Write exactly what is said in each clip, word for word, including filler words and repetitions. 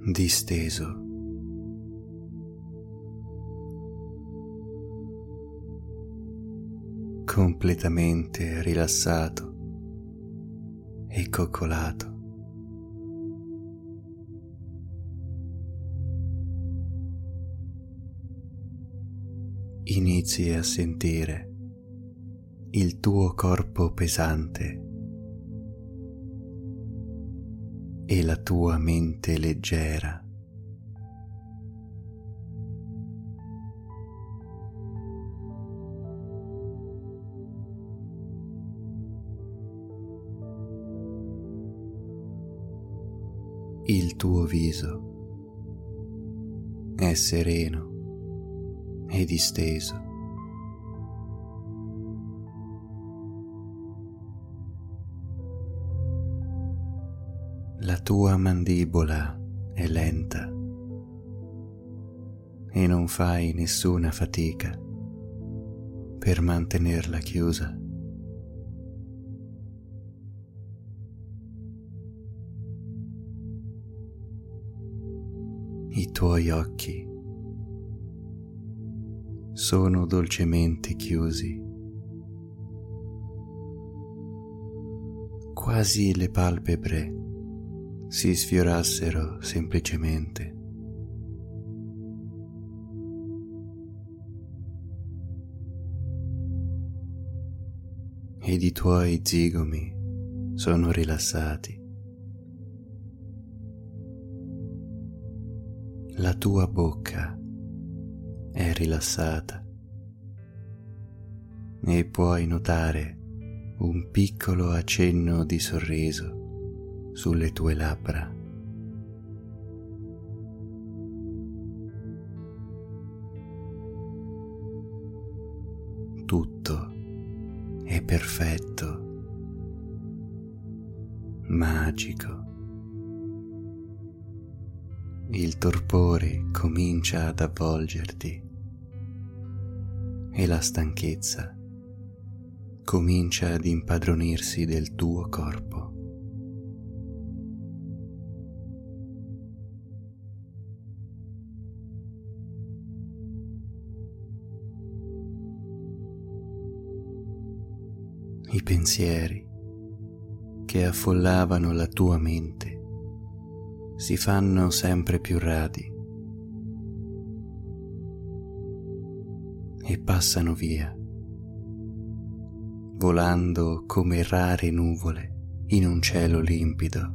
disteso. Completamente rilassato e coccolato. Inizi a sentire il tuo corpo pesante e la tua mente leggera. Il tuo viso è sereno e disteso. La tua mandibola è lenta e non fai nessuna fatica per mantenerla chiusa. I tuoi occhi sono dolcemente chiusi, quasi le palpebre si sfiorassero semplicemente. Ed i tuoi zigomi sono rilassati. La tua bocca è rilassata e puoi notare un piccolo accenno di sorriso sulle tue labbra. Tutto è perfetto, magico. Il torpore comincia ad avvolgerti e la stanchezza comincia ad impadronirsi del tuo corpo. I pensieri che affollavano la tua mente si fanno sempre più radi e passano via, volando come rare nuvole in un cielo limpido.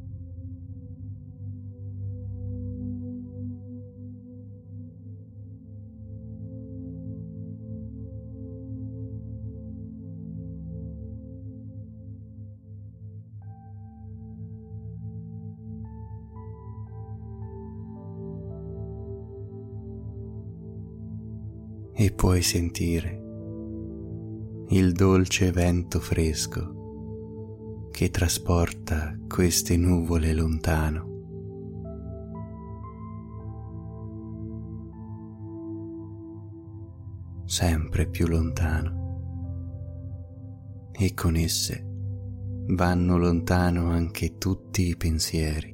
E puoi sentire il dolce vento fresco che trasporta queste nuvole lontano. Sempre più lontano, e con esse vanno lontano anche tutti i pensieri.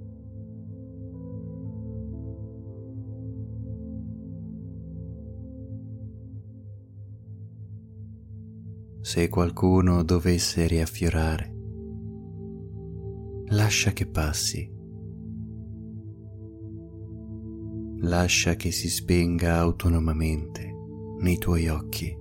Se qualcuno dovesse riaffiorare, lascia che passi. Lascia che si spenga autonomamente nei tuoi occhi.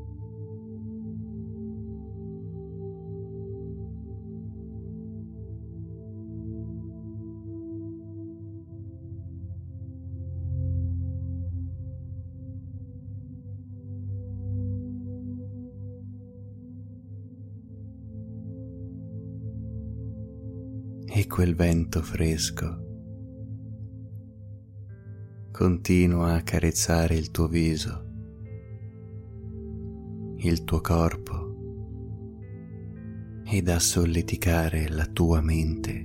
E quel vento fresco continua a carezzare il tuo viso, il tuo corpo ed a solleticare la tua mente.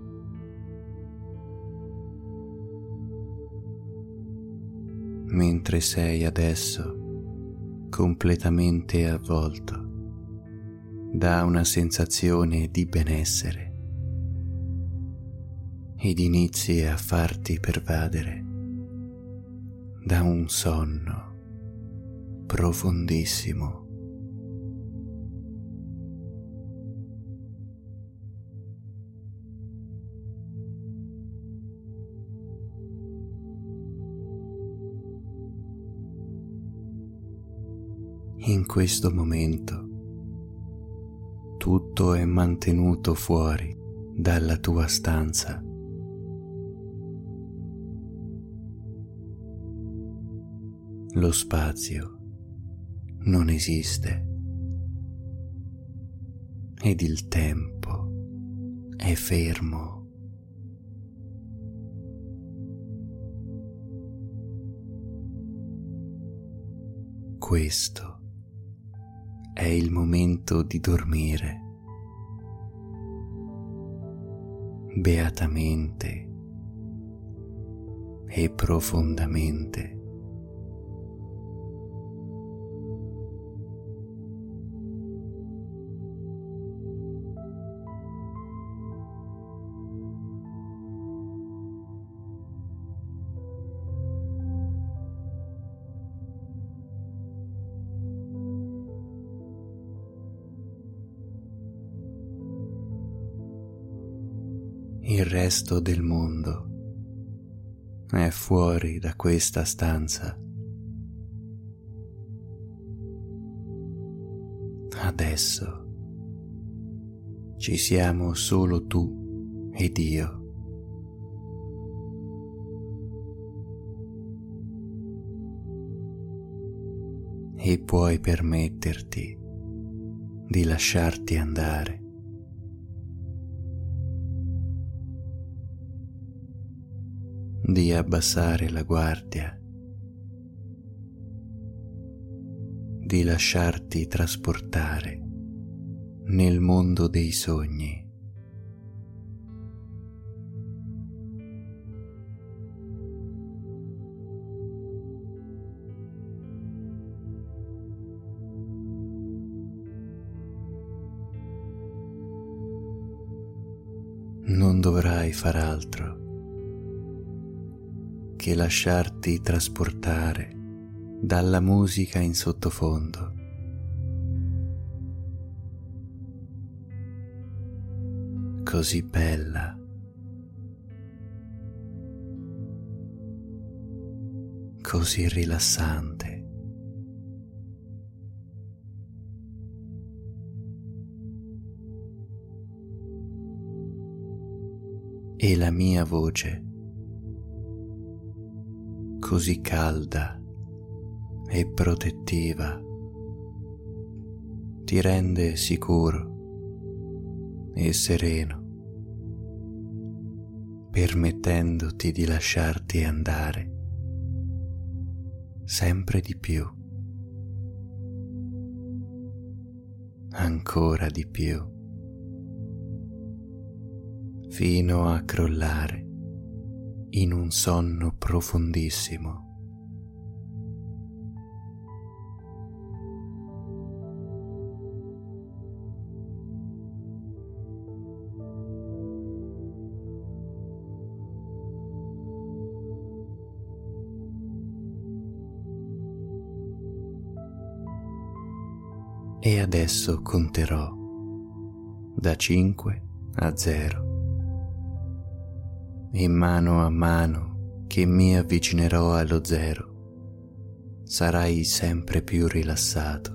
Mentre sei adesso completamente avvolto da una sensazione di benessere. ed inizi a farti pervadere da un sonno profondissimo. In questo momento tutto è mantenuto fuori dalla tua stanza. Lo spazio non esiste ed il tempo è fermo. Questo è il momento di dormire beatamente e profondamente. Il resto del mondo è fuori da questa stanza. Adesso ci siamo solo tu ed io. E puoi permetterti di lasciarti andare. Di abbassare la guardia, di lasciarti trasportare nel mondo dei sogni. Non dovrai far altro che lasciarti trasportare dalla musica in sottofondo. Così bella, così rilassante. E la mia voce così calda e protettiva ti rende sicuro e sereno, permettendoti di lasciarti andare sempre di più, ancora di più, fino a crollare in un sonno profondissimo. E adesso conterò da cinque a zero. E mano a mano che mi avvicinerò allo zero, sarai sempre più rilassato.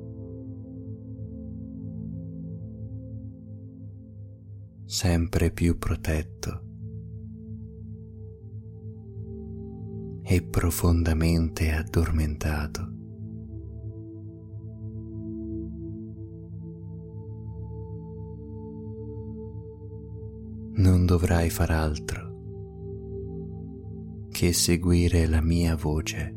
Sempre più protetto e profondamente addormentato. Non dovrai far altro che seguire la mia voce.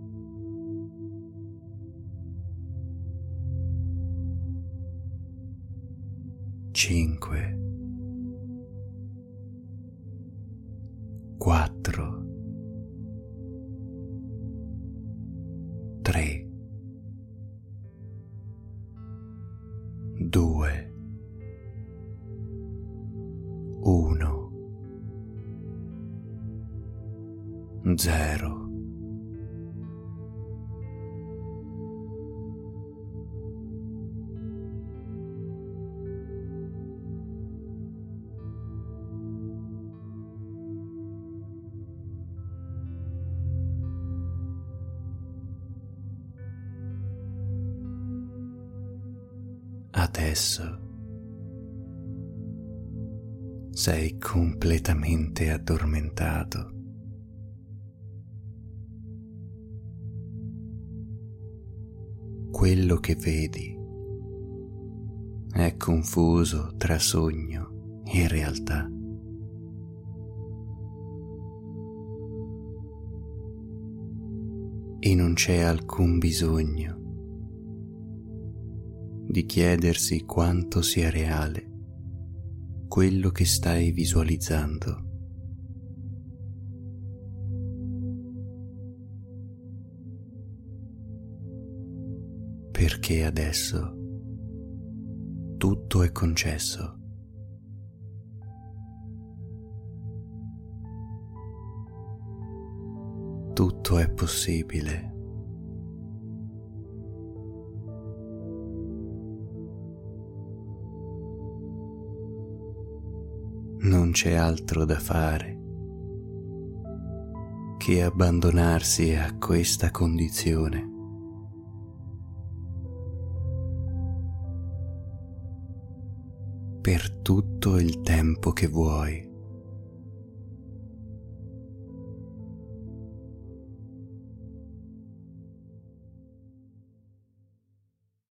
Cinque, quattro, tre, due, uno. zero. Adesso sei completamente addormentato. Quello che vedi è confuso tra sogno e realtà. E non c'è alcun bisogno di chiedersi quanto sia reale quello che stai visualizzando. Perché adesso tutto è concesso. Tutto è possibile. Non c'è altro da fare che abbandonarsi a questa condizione. Per tutto il tempo che vuoi.